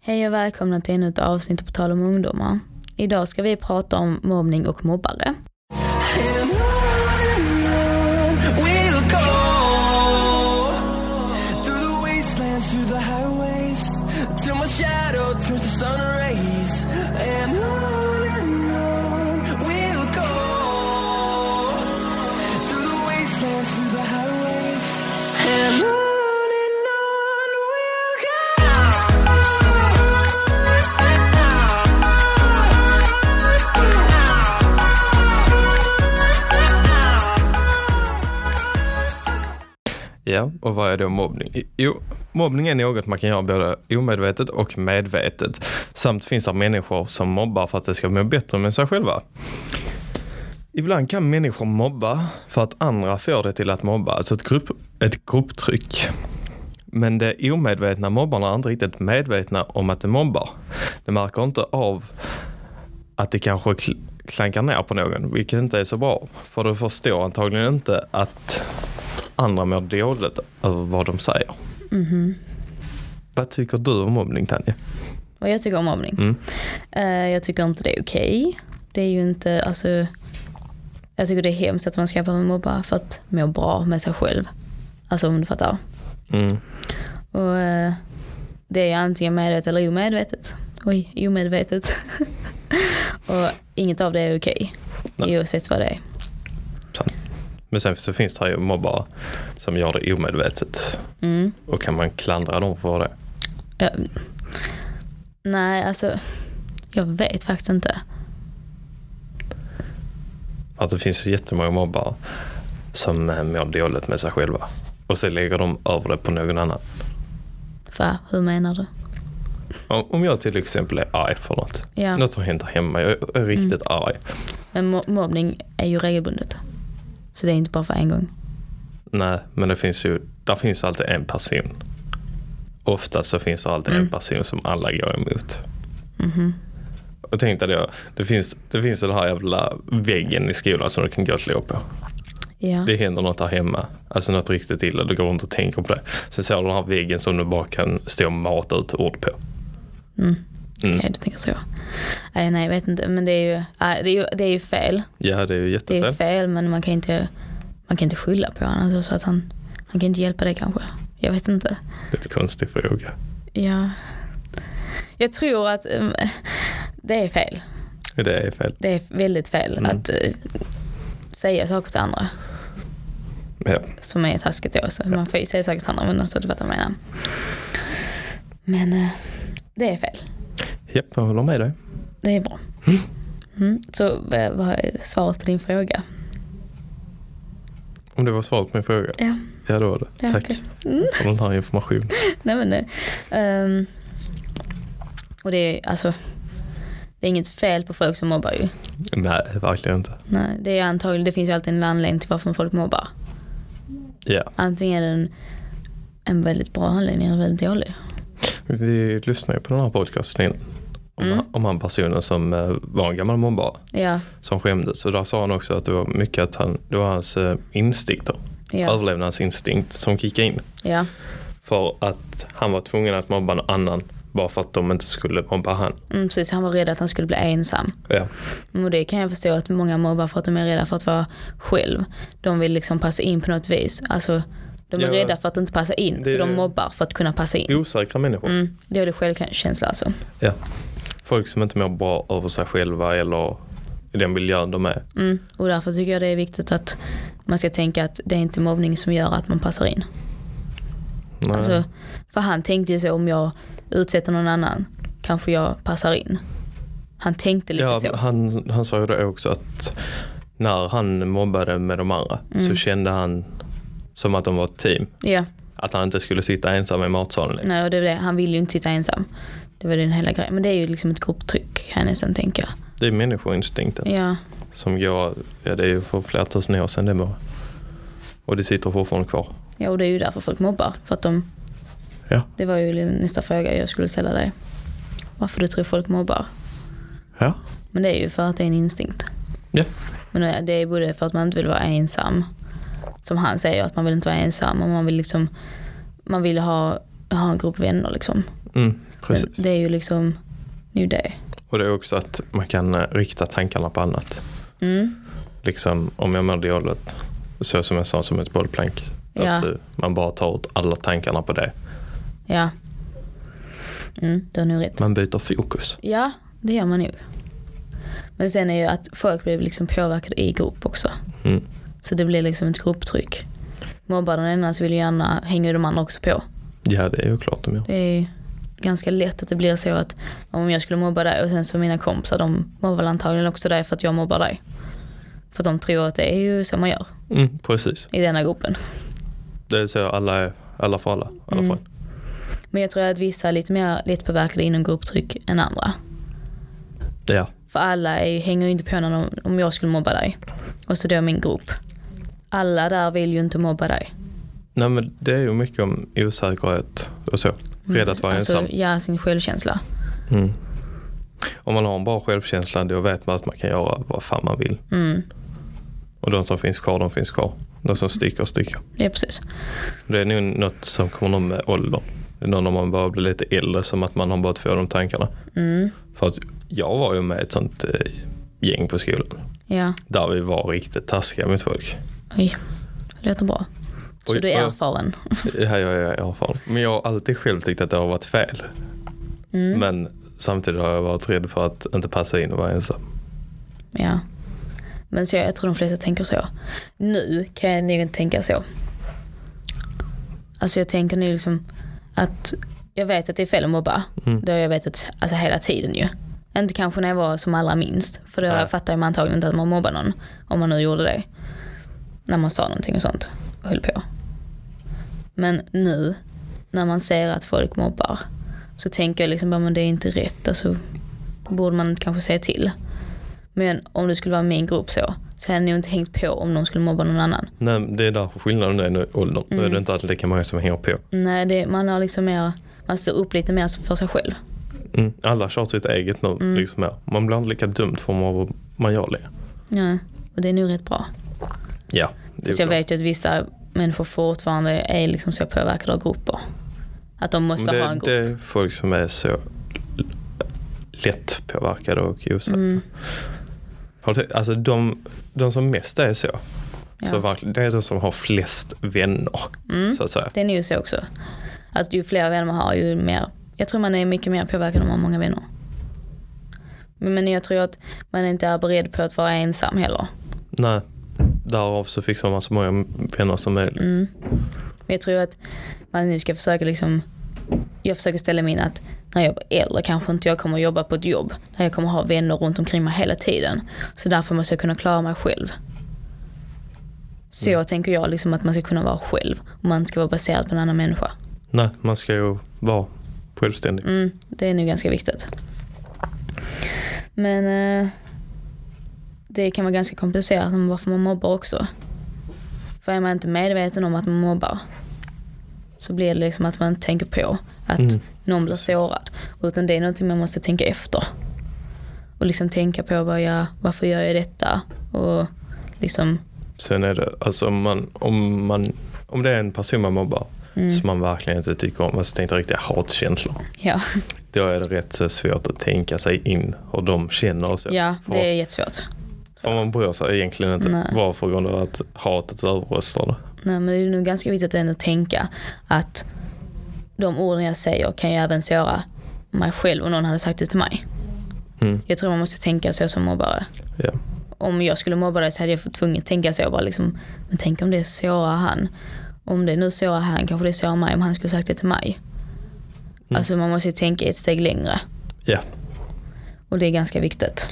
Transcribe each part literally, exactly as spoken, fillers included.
Hej och välkomna till ännu ett avsnitt på tal om ungdomar. Idag ska vi prata om mobbning och mobbare. Ja, och vad är då mobbning? Jo, mobbning är något man kan göra både omedvetet och medvetet. Samt finns det människor som mobbar för att det ska må bättre med sig själva. Ibland kan människor mobba för att andra får det till att mobba, alltså ett, grupp, ett grupptryck. Men det omedvetna mobbarna är inte riktigt medvetna om att det mobbar. Det märker inte av att det kanske kl- klankar ner på någon, vilket inte är så bra. För du förstår antagligen inte att andra mår dåligt över vad de säger. Mm-hmm. Vad tycker du om mobbning, Tanja? Vad jag tycker om mobbning? Mm. Uh, jag tycker inte det är okej. Det är ju inte, alltså... Jag tycker det är hemskt att man ska behöva mobba för att må bra med sig själv. Alltså om du fattar. Mm. Och uh, det är antingen medvetet eller omedvetet. Oj, omedvetet. Och inget av det är okej. Oavsett vad det är. Men sen så finns det här ju mobbare som gör det omedvetet. Mm. Och kan man klandra dem för det? Ja. Nej, alltså... Jag vet faktiskt inte. Att det finns jättemånga mobbare som mår dåligt med sig själva. Och så lägger de över det på någon annan. Va? Hur menar du? Om jag till exempel är arg för något. Ja. Något har hänt hemma. Jag är riktigt mm. arg. Men mo- mobbning är ju regelbundet. Så det är inte bara för en gång. Nej, men det finns ju, där finns alltid en person. Ofta så finns det alltid mm. en person som alla går emot. Mm-hmm. Och tänkte då, det finns, det finns den här jävla väggen i skolan som du kan gå och slå på. Ja. Det händer något här hemma. Alltså något riktigt illa, du går runt och tänker på det. Sen ser du den här väggen som du bara kan stå och mata ut ord på. Mm. Mm. Okej, du tänker så. Nej, nej, jag vet inte. Men det är ju, nej, det är ju, det är ju fel. Ja, det är ju jättefel. Det är fel, men man kan inte, man kan inte skylla på honom. Alltså, så att han, han kan inte hjälpa dig kanske. Jag vet inte. Lite konstig fråga. Ja. Jag tror att um, det är fel. Det är fel. Det är väldigt fel mm. att uh, säga saker till andra. Ja. Som är taskigt då. Så ja. Man får ju säga saker till andra, men alltså, du vet vad jag menar. Men uh, det är fel. Japp, jag håller med dig. Det är bra. Mm. Mm. Så vad är svaret på din fråga? Om det var svaret på min fråga? Ja. Ja, då var det. Ja, tack okay. mm. för den här informationen. Nej, men det. Um, och det är alltså, det är inget fel på folk som mobbar ju. Nej, verkligen inte. Nej, det är antagligen, det finns ju alltid en anledning till varför folk mobbar. Ja. Antingen är det en, en väldigt bra anledning eller väldigt dålig. Vi lyssnade ju på den här podcasten innan. Om, mm. om han personen som uh, var en gammal mobbare. Ja. Som skämdes. Så där sa han också att det var mycket att han, det var hans uh, instinkter. Ja. Överlevnadsinstinkt som kickade in. Ja. För att han var tvungen att mobba en annan. Bara för att de inte skulle mobba han. Mm, precis, han var rädd att han skulle bli ensam. Ja. Och det kan jag förstå att många mobbar för att de är rädda för att vara själv. De vill liksom passa in på något vis. Alltså, de är ja, rädda för att inte passa in. Så de mobbar för att kunna passa in. Osäkra människor. Mm, det är det självkänsla alltså. Ja. Folk som inte mår bra över sig själva eller i den miljön de är. Mm, och därför tycker jag det är viktigt att man ska tänka att det är inte mobbning som gör att man passar in. Nej. Alltså, för han tänkte ju så, om jag utsätter någon annan kanske jag passar in. Han tänkte lite ja, så. Han, han sa ju det också att när han mobbade med de andra mm. så kände han som att de var ett team. Ja. Att han inte skulle sitta ensam i matsalen. Nej, och det är det. Han vill ju inte sitta ensam. Det var den hela grejen. Men det är ju liksom ett grupptryck här nästan, tänker jag. Det är människoinstinkten. Ja. Som går, ja det är ju för flera tusen år sedan det var. Och det sitter fortfarande kvar. Ja, och det är ju därför folk mobbar. För att de... Ja. Det var ju nästa fråga jag skulle ställa dig. Varför du tror folk mobbar? Ja. Men det är ju för att det är en instinkt. Ja. Men det är både för att man inte vill vara ensam. Som han säger, att man vill inte vara ensam. Och man vill liksom... Man vill ha, ha en grupp vänner liksom. Mm, Precis. Det är ju liksom nu det. Och det är också att man kan rikta tankarna på annat. Mm. Liksom om jag mår dåligt, så som jag sa, som ett bollplank. Ja. Att man bara tar ut alla tankarna på det. Ja. Mm, det är nog rätt. Man byter fokus. Ja, det gör man nog. Men sen är ju att folk blir liksom påverkade i grupp också. Mm. Så det blir liksom ett grupptryck. Mobbar den ena så vill ju gärna hänga de andra också på. Ja, det är ju klart de gör. Det är ganska lätt att det blir så att om jag skulle mobba dig och sen så mina kompisar, de mobbar antagligen också dig för att jag mobbar dig. För att de tror att det är ju så man gör. Mm, precis. I denna gruppen. Det är så alla är, alla för alla. alla Mm. för. Men jag tror att vissa är lite mer lättpåverkade inom grupptryck än andra. Ja. För alla är, hänger ju inte på när de, om jag skulle mobba dig. Och så då min grupp. Alla där vill ju inte mobba dig. Nej, men det är ju mycket om osäkerhet och så. Rädd att vara alltså, ensam. Ja, sin självkänsla. Mm. Om man har en bra självkänsla, då vet man att man kan göra vad fan man vill. Mm. Och de som finns kvar, de finns kvar. De som sticker, sticker. Det är precis. Det är nog något som kommer med åldern. Det är nog när man bara blir lite äldre, som att man har börjat få de tankarna. Mm. För att jag var ju med ett sånt eh, gäng på skolan. Ja. Där vi var riktigt taskiga mot folk. Oj, det låter bra. Så Oj, du är ja. erfaren. Ja, jag är erfaren. Men jag har alltid själv tyckt att det har varit fel. Mm. Men samtidigt har jag varit rädd för att inte passa in och vara ensam. Ja. Men så jag, jag tror de flesta tänker så. Nu kan jag nog inte tänka så. Alltså jag tänker nu liksom att jag vet att det är fel att mobba. Mm. Det har jag vetat alltså hela tiden ju. Inte kanske när jag var som allra minst. För då Nej. fattar man antagligen inte att man mobbar någon. Om man nu gjorde det. När man sa någonting och sånt. Och höll på. Men nu när man ser att folk mobbar. Så tänker jag liksom att det är inte rätt. Alltså borde man kanske säga till. Men om det skulle vara min grupp så. Så hade jag nog inte hängt på om någon skulle mobba någon annan. Nej, det är därför skillnaden är nu åldern. Mm. Nu är det inte alltid lika många som hänger på. Nej, det, man har liksom mer, man står upp lite mer för sig själv. Mm. Alla kör sitt eget nu. Mm. Liksom här. Man blir inte lika dumt för vad man gör det. Ja, och det är nog rätt bra. Ja, det är Så jag bra. vet ju att vissa människor fortfarande är liksom så påverkade av grupper. Att de måste det, ha en grupp. Det är folk som är så lätt påverkade och osäkra. Mm. Alltså de, de som mest är så. Ja. Så verkligen, det är de som har flest vänner. Mm. Så att säga. Det är nog så också. Att ju fler vänner man har, ju mer. Jag tror man är mycket mer påverkad om man har många vänner. Men, men jag tror att man inte är beredd på att vara ensam heller. Nej, därav så fixar man så många vänner som möjligt. Mm. Men jag tror att man nu ska försöka liksom, jag försöker ställa mig in att när jag blir äldre kanske inte jag kommer att jobba på ett jobb där jag kommer ha vänner runt omkring mig hela tiden. Så därför måste jag kunna klara mig själv. Så Mm. jag tänker jag liksom att man ska kunna vara själv och man inte ska vara baserad på en annan människa. Nej, man ska ju vara självständig. Mm, det är nu ganska viktigt. Men eh, det kan vara ganska komplicerat om varför man mobbar också. För är man inte medveten om att man mobbar så blir det liksom att man inte tänker på att Mm. någon blir sårad. Utan det är någonting man måste tänka efter. Och liksom tänka på vad jag, varför gör jag detta? Och liksom... Sen är det, alltså om man, om man, om det är en person man mobbar Mm. som man verkligen inte tycker om, alltså tänkte riktigt hatkänslor. Ja, Då är det rätt så svårt att tänka sig in hur de känner och så. ja För, det är jättesvårt. för man bryr sig egentligen inte. Nej. Bara för grund av att hatet överröstar det. Nej, men det är nog ganska viktigt att ändå tänka att de orden jag säger kan ju även såra mig själv och någon hade sagt det till mig. Mm. Jag tror man måste tänka så som mobbare. Ja. Om jag skulle mobba dig så hade jag fått tvungen att tänka så bara liksom, men tänk om det sårar han. Om det nu sårar han kanske det sårar mig om han skulle sagt det till mig. Mm. Alltså man måste ju tänka ett steg längre. Ja. Och det är ganska viktigt.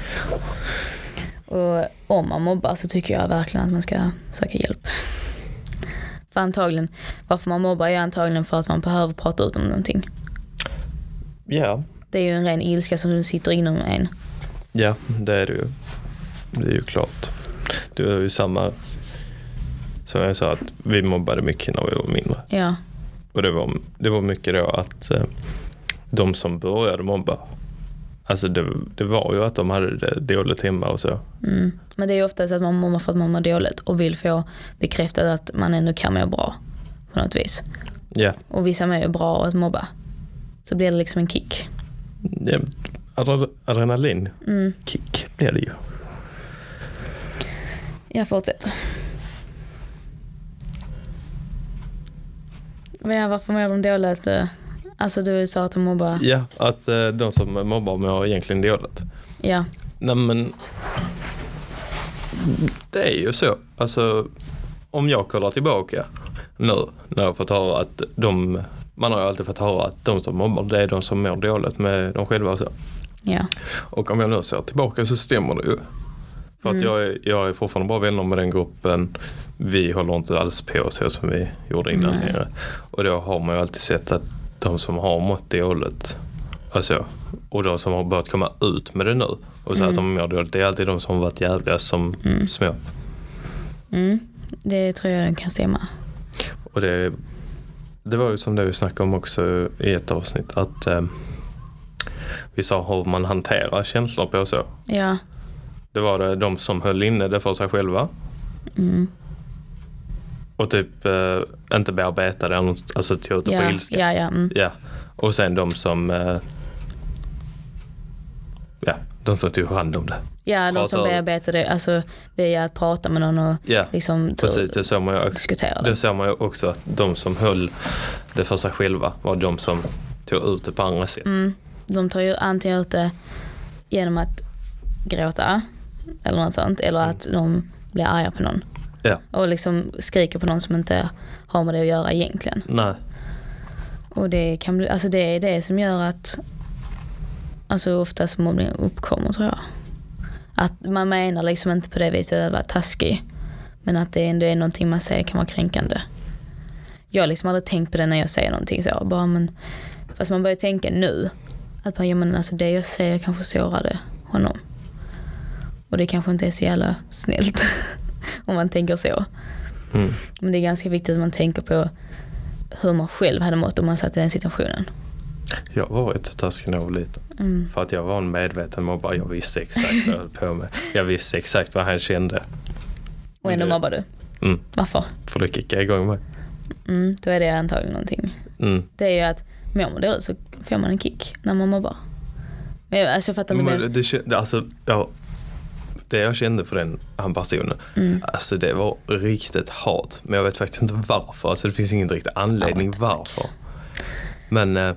Och om man mobbar så tycker jag verkligen att man ska söka hjälp. För antagligen, varför man mobbar är antagligen för att man behöver prata ut om någonting. Ja. Det är ju en ren ilska som sitter inom en. Ja, det är det ju. Det är ju klart. Det är ju samma som jag sa, att vi mobbade mycket när vi var mindre. Ja. Och det var, det var mycket då att eh, de som började mobba, alltså det, det var ju att de hade det dåligt hemma och så. Mm. Men det är ju ofta så att man mobbar för att man mår dåligt och vill få bekräftat att man ändå kan må bra på något vis. Ja. Och vissa mår ju bra av att mobba. så blir det liksom en kick. Ja, adre- adrenalin. Mm. Kick blir det ju. Jag fortsätter. Men varför mår de dåligt? Alltså du sa att de mobbar. Ja, att eh, de som mobbar mår egentligen dåligt. Ja. Nej, men det är ju så. Alltså, om jag kollar tillbaka nu när jag fått höra att de, man har ju alltid fått höra att de som mobbar, det är de som mår dåligt med de själva och så. Ja. Och om jag nu ser tillbaka så stämmer det ju. För Mm. att jag är, jag är fortfarande bara vänner med den gruppen. Vi håller inte alls på så som vi gjorde innan Nej. längre. Och då har man ju alltid sett att de som har mått dåligt, alltså, och de som har börjat komma ut med det nu och säga Mm. att de mår dåligt, det är alltid de som har varit jävliga som Mm. små. Mm. Det tror jag den kan stämma. Och det, det var ju som det vi snackade om också i ett avsnitt, att eh, vi sa hur man hanterar känslor på så. Ja. Det var det de som höll inne det för sig själva. Mm. Och typ eh, inte bearbeta det, alltså ta ut det Ja, på ilska. ja, ja. Mm. Ja. Och sen de som eh, ja, de som tog hand om det. Ja, de Prata som över. bearbetar det, alltså via att prata med någon och Ja, liksom ta- precis. Det såg man ju, diskutera det det. såg man ju också, att de som höll det för sig själva var de som tog ut det på andra sätt. Mm. De tar ju antingen ut det genom att gråta eller något sånt, eller att de blir arga på någon. Ja. Och liksom skriker på någon som inte har med det att göra egentligen. Nej. Och det kan bli, alltså det är det som gör att alltså oftast mobbning uppkommer, tror jag. Att man menar liksom inte på det viset att vara taskig, men att det ändå är någonting man säger kan vara kränkande. Jag har liksom aldrig tänkt på det när jag säger någonting så. Bara, men, fast man börjar tänka nu att bara, ja, men alltså det jag säger kanske sårade honom. Och det kanske inte är så jävla snällt om man tänker så. Mm. Men det är ganska viktigt att man tänker på hur man själv hade mått om man satt i den situationen. Jag var varit taskig när jag var liten. Mm. För att jag var en medveten mobbare. Jag visste exakt vad jag höll på med. Jag visste exakt vad han kände. Och ändå det- mobbar du. Mm. Varför? För det kickade igång mig. Mm, då är det antagligen någonting. Mm. Det är ju att mår man dåligt så får man en kick när man mobbar. Men jag, alltså jag fattar inte. Men Men, det, det, alltså, ja, det jag kände för den han personen, mm. alltså det var riktigt hat. Men jag vet faktiskt inte varför. Alltså det finns ingen riktig anledning What the fuck? varför. Men eh,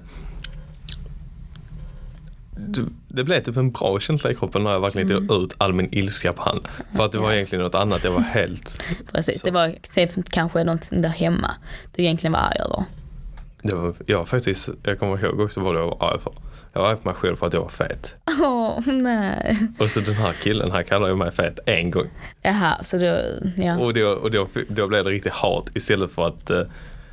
det, det blev typ en bra känsla i kroppen när jag verkligen Mm. tog ut all min ilska på han. För att det var Ja. egentligen något annat. Jag var helt... Precis, så. det var det kanske någonting där hemma du egentligen var arg över. Det var, jag faktiskt, jag kommer ihåg också vad jag var arg för. Jag var arg på mig själv för att jag var fet. Åh, nej. Och så den här killen här kallar ju mig fet en gång. Jaha, så då, ja. Och, då, och då, då blev det riktigt hat istället för att eh,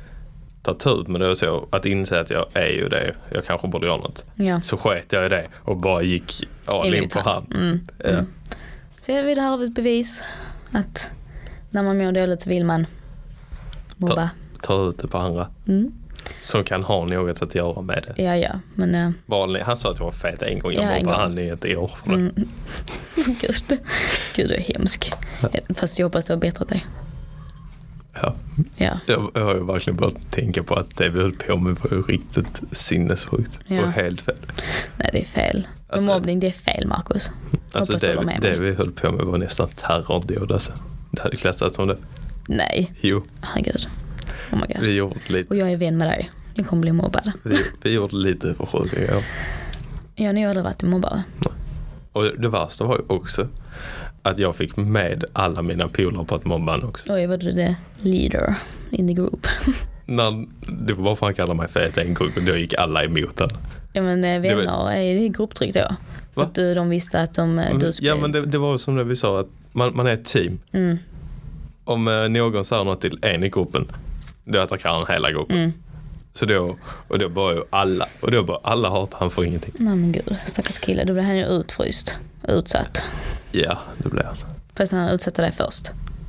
ta tur med det och så. Att inse att jag är ju det. Jag kanske borde göra något. ja. Så sket jag i det och bara gick all in på han. Mm. Ja. Mm. Så jag vill ha ett bevis att när man mår dåligt så vill man mobba. Ta ut det på andra. Mm. Som kan ha något att göra med det. Ja, ja, men äh, Bara, han sa att jag var fet en gång. Jag Ja, ja, en mobbade gång. han i ett år för det. mm. Gud, Gud, du är hemsk. Fast jag hoppas du har bättrat dig. Ja. Ja, Jag, jag har ju verkligen börjat tänka på att det vi höll på med var ju riktigt sinnessjukt. Ja. Och helt fel. nej det är fel. Men Alltså- mobbning, det är fel, Marcus. Alltså Hoppas du det, håller med det mig. vi höll på med var nästan terrordåd alltså. Det hade klassats som det. Nej, Jo, herregud. Oh my God. vi gjorde lite, Och jag är vän med dig. Jag kommer bli mobbad. vi, vi gjorde lite för sjuka grejer. Jag har nog aldrig varit en mobbare. Och det värsta var ju också att jag fick med alla mina polare på att mobba han också. Oj, var du the leader in the group? När, det var bara för att han kallade mig fet en gång och då gick alla emot han. Ja, men eh, Det var- vänner, är det grupptryck då? För Va? att du, de visste att de, eh, du skulle... Ja, men det, det var ju som det vi sa, att man, man är ett team. Mm, Om eh, någon säger något till en i gruppen, då attackerar han hela gruppen. mm. Så då, och då börjar ju alla, och då börjar alla hata han för ingenting. Nej men gud, stackars kille. Då blev han ju utfryst. Utsatt. Ja, det blev han. Fast han utsatte dig först.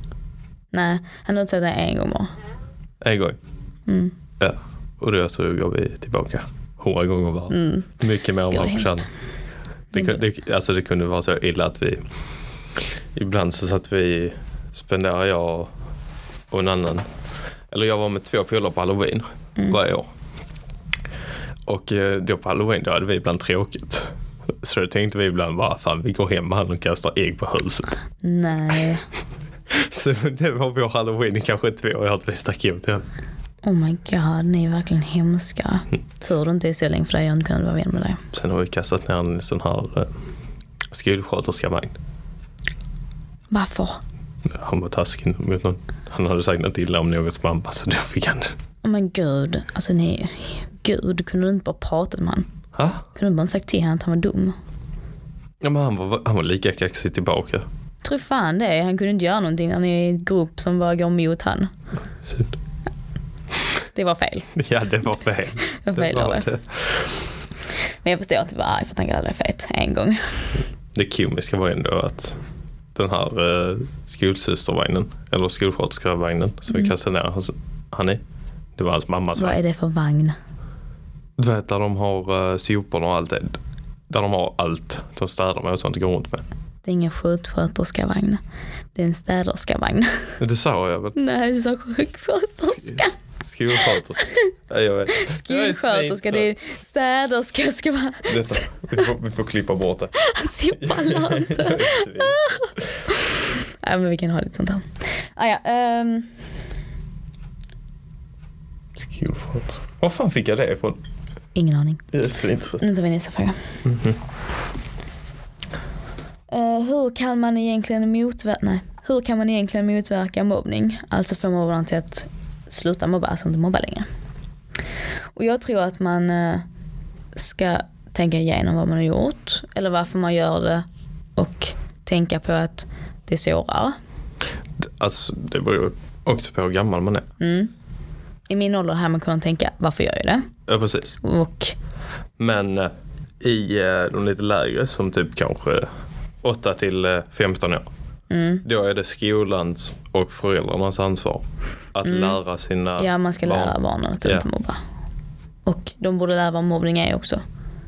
Nej, han utsatte dig en gång bara. En gång. Mm. Ja, och då så går vi tillbaka hundra gånger var. Mm. Mycket mer än Det var man hemskt. förtjänar. Det, kun- det, alltså det kunde vara så illa att vi ibland så satt vi spenderade jag och en annan, eller jag var med två polare på Halloween Mm. varje år. Och eh, då på Halloween då hade vi ibland tråkigt. Så då tänkte vi ibland bara, fan vi går hem med han och kastar ägg på huset. Nej. Så det var vår Halloween i kanske två år. Jag har ett bästa kim till. Oh my god, ni är verkligen hemska. Tur du inte är så länge för dig, jag inte kunde vara vän med dig. Sen har vi kastat ner en sån här eh, skolsköterska-vagn. Varför? Han var taskig mot någon. Han hade sagt något illa om någons mamma, så då fick han. Oh my god, alltså ni, gud, kunde du inte bara prata med han? Ha? Kunde du bara sagt till han att han var dum? Ja, men han var, han var lika kaxig tillbaka. Tror fan det, han kunde inte göra någonting när ni är i en grupp som bara går mot han. Synd. Det var fel. Ja, det var fel. Det var fel det var det. det. Men jag förstår att det var arg för att han kallade det fet en gång. Det komiska var ändå att den här eh, skolsystervagnen, eller skolsköterskavagnen som Mm. vi kastade ner hans, han är, det var hans mammas Vad vagn. är det för vagn? Du vet där de har uh, soporna och allt det. Där de har allt. De städar med och sånt går runt med. Det är ingen sjuksköterskavagn. Det är en städerskavagn. Det sa jag väl. Nej, du sa sjuksköterska. Skolsköterska. Nej, jag vet. Skolsköterska, det är städerska ska vara. Detta, vi, får, vi får klippa bort det. Sopallant. Ja, men vi kan ha lite sånt här. Ah, ja, um... Skolsköterska. Var fan fick jag det ifrån? Ingen aning. Det är så intressant. Nu tar vi nästa fråga. Mm-hmm. Uh, hur kan man egentligen motverka nej, hur kan man egentligen motverka mobbning? Alltså få mobbarna till att sluta mobba, alltså inte mobba längre. Och jag tror att man uh, ska tänka igenom vad man har gjort eller varför man gör det och tänka på att det sårar. Alltså, det beror ju också på hur gammal man är. Mm. I min ålder här man kunde tänka, varför gör jag det? Ja, precis. Och Men eh, i eh, de lite lägre, som typ kanske åtta till femton år, mm. då är det skolans och föräldrarnas ansvar att Mm. lära sina ja, man ska barn. lära barnen att Ja. inte mobba. Och de borde lära vad mobbning är också.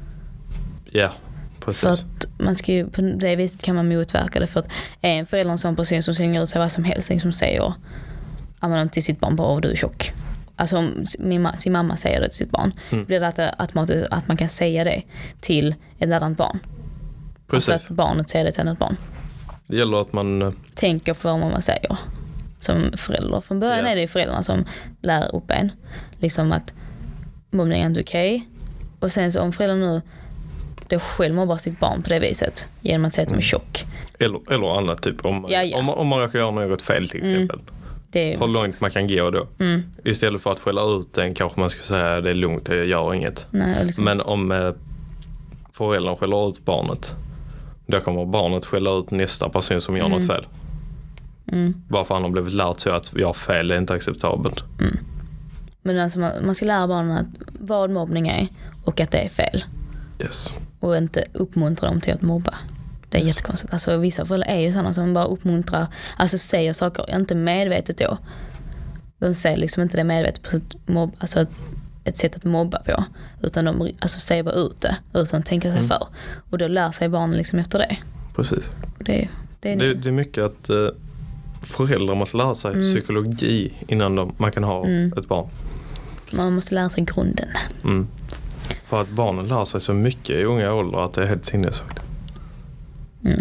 Ja, För precis. att man ska ju, på det viset kan man motverka det. För att en förälder en sån person som slänger ut sig vad som helst, liksom säger använder till sitt barn bara, och du är tjock. Alltså om min, ma- sin mamma säger det till sitt barn, Mm. blir det att, att, man, att man kan säga det till ett annat barn. Precis. Alltså att barnet säger det till ett annat barn. Det gäller att man eh, Tänker på vad man säger som förälder. Från början Ja. är det ju föräldrarna som lär upp en. Liksom att mobbning är inte okej. Och sen så om föräldern nu då själv mobbar sitt barn på det viset genom att säga att de är tjock. eller, eller annat typ om, Ja, ja. om, om man råkar göra något fel till exempel. Det är Hur långt man kan gå då. Mm. Istället för att skälla ut den kanske man ska säga det är lugnt, jag gör inget. Nej, liksom. Men om eh, föräldern skäller ut barnet, då kommer barnet skälla ut nästa person som gör Mm. något fel. Mm. Bara för att han har blivit lärt sig att jag fel är inte acceptabelt. Men alltså man, man ska lära barnen att vad mobbning är och att det är fel. Yes. Och inte uppmuntra dem till att mobba. Det är Yes. jättekonstigt. Alltså vissa föräldrar är ju sådana som bara uppmuntrar, alltså säger saker, inte medvetet då. De säger liksom inte det medvetet på ett, mobb, alltså ett, ett sätt att mobba på. Utan de alltså, säger bara ut det utan att tänka sig Mm. för. Och då lär sig barnen liksom efter det. Precis. Och det, det är Det, det är mycket att eh, föräldrar måste lära sig Mm. psykologi innan de, man kan ha Mm. ett barn. man måste lära sig grunden. Mm. För att barnen lär sig så mycket i unga åldrar att det är helt sinnessjukt. Mm.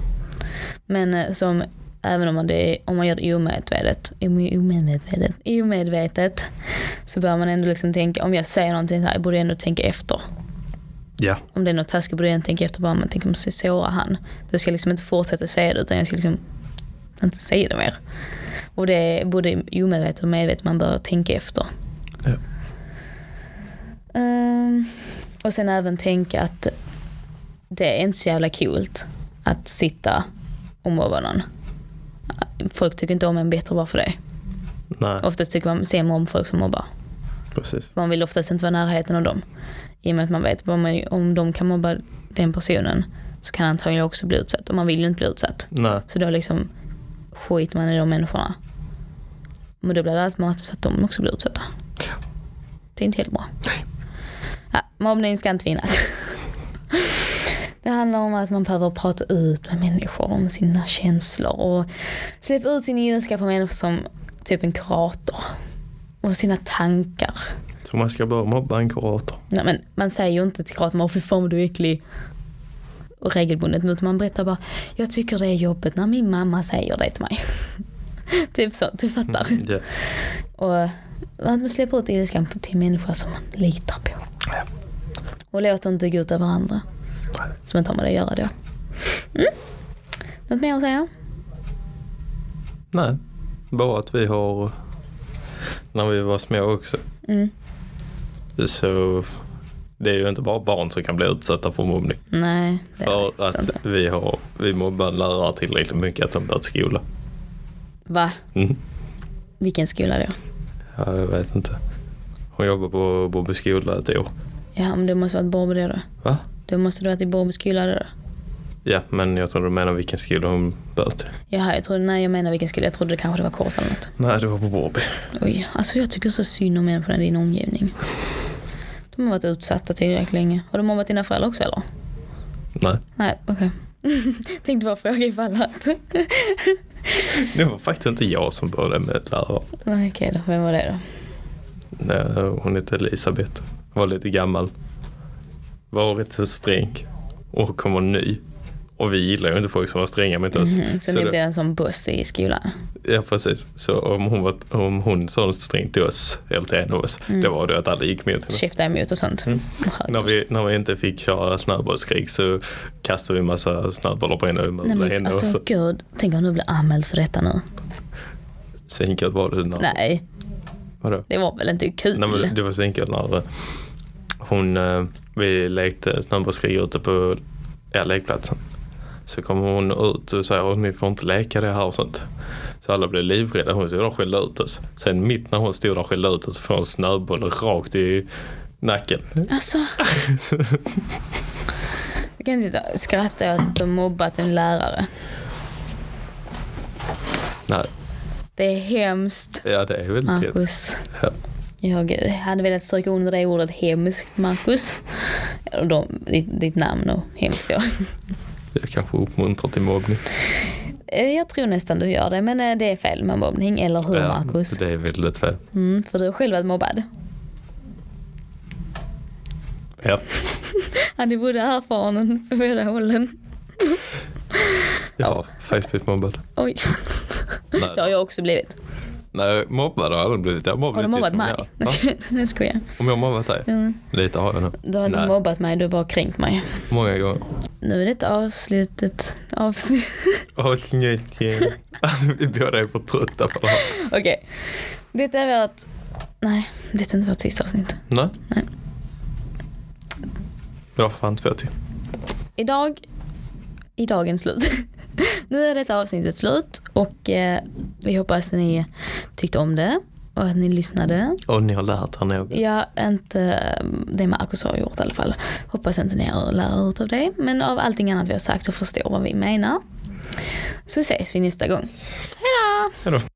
Men eh, som även om man, det, om man gör det omedvetet, omedvetet, omedvetet så bör man ändå liksom tänka, om jag säger någonting här, jag borde ändå tänka efter. Ja. Om det är något taskigt borde jag ändå tänka efter, bara man tänker om jag såra han. Då ska jag liksom inte fortsätta säga det utan jag ska liksom inte säga det mer. Och det är både omedvetet och medvetet man bör tänka efter. Ja. Um, och sen även tänka att det är inte så jävla kul att sitta och mobba någon. Folk tycker inte om en bättre bara för det. Nej, Oftast tycker man ser om folk som mobbar. precis. Man vill oftast inte vara närheten av dem. I och med att man vet om, om de kan mobba den personen så kan antagligen också bli utsatt. Och man vill ju inte bli utsatt. Nej. Så då liksom skit man i de människorna. Men då blir det automatiskt att de också blir utsatta. Det är inte helt bra. Ja, mobbning ska inte finnas. Det handlar om att man behöver prata ut med människor om sina känslor och släppa ut sin ilska på människor som typ en kurator. och sina tankar. Så man ska bara mobba en kurator? Nej, men man säger ju inte till kuratorn, fy fan du är äcklig och regelbundet, utan man berättar bara, jag tycker det är jobbigt när min mamma säger det till mig. Typ så, du fattar. Mm, yeah. Och att man släpper ut ilskan till människor som man litar på. Ja. Och låter inte gå ut över andra. Som inte har med det att göra då. Mm. Något mer att säga? Nej, bara att vi har, när vi var små också. Mm. Så det är ju inte bara barn som kan bli utsatta för mobbning. Nej, det för är att sant. vi har vi mobbar lärare tillräckligt mycket att de börjat skola. Va? Mm. Vilken skola då? Ja, jag vet inte. Hon jobbar på Borby skola ett år. Ja, men det måste vara ett Borby det då. Va? Det måste vara ett Borby skola det då. Ja, men jag tror du menar vilken skola hon bör till. Jaha, jag trodde, nej jag menar vilken skola. Jag trodde det kanske det var kurs eller något. Nej, det var på Borby. Oj, alltså jag tycker så synd om människorna i din omgivning. De har varit utsatta tillräckligt länge. Har de mobbat dina föräldrar också eller? Nej. Nej, okej. Okay. Tänkte bara fråga ifall att... Det var faktiskt inte jag som började med lärare. Nej, okej okay, då. Vem var det då? Nej, hon heter Elisabeth. Var lite gammal. Var rätt så sträng. Och kommer ny. Och vi gillar ju inte folk som var stränga mot oss. Mm-hmm. Så, så ni det... blev en sån buss i skolan? Ja, precis. Så om hon, var, om hon sa något strängt till oss, eller till en av oss, mm. det var det att alla gick mot henne. Skifta emot och sånt. Mm. när, vi, när vi inte fick köra snöbollskrig så kastade vi en massa snöbollar på henne. Nej, men henne alltså och gud, tänk om du blir anmäld för detta nu. Så enkelt var det när... Nej. Vadå? Det var väl inte kul? Nej, men det var så enkelt när hon, vi lekte snöbollskrig ute på ja, lekplatsen. Så kom hon ut och sa att ni får inte leka det här och sånt. Så alla blev livrädda. Hon stod och skällde ut oss. Sen mitt när hon stod och skällde ut oss så får hon snöboll rakt i nacken. Alltså. Jag kan inte skratta åt att de mobbat en lärare. Nej. Det är hemskt. Ja, det är väldigt Marcus. Ja. Jag hade velat stryka under det ordet hemskt, Marcus. Eller de, ditt, ditt namn och hemskt, ja. Jag kanske uppmuntrar till mobbning. Jag tror nästan du gör det, men det är fel med mobbning, eller hur, ja, Marcus? Det är väldigt fel. Mm, för du har själv varit mobbad. Ja. Han är både erfaren på båda hållen. Ja, Facebook mobbad. Oj. Nej, det har jag också blivit. Nej, mobbad har jag aldrig blivit. Jag har har du mobbat mig? Ja. Nu ska jag. Om jag har mobbat dig? Mm. Lite har jag nu. Du har inte Nej. mobbat mig, du har bara kränkt mig. Många gånger. Nu är det ett avslutet avsnitt. Avsnitt igen. Alltså vi båda är för trötta på det här. Okej. Okay. Detta är vårt... Nej, detta är inte vårt sista avsnitt. Nej. Nej. Jag fan två till. Idag... I dagens slut. Nu är detta avsnittet slut och eh, vi hoppas att ni tyckte om det och att ni lyssnade. Och ni har lärt er något. Ja, inte det Marcus har gjort i alla fall. Hoppas inte ni har lärt ut av det. Men av allting annat vi har sagt så förstår vad vi menar. Så ses vi nästa gång. Hej då! Hej då!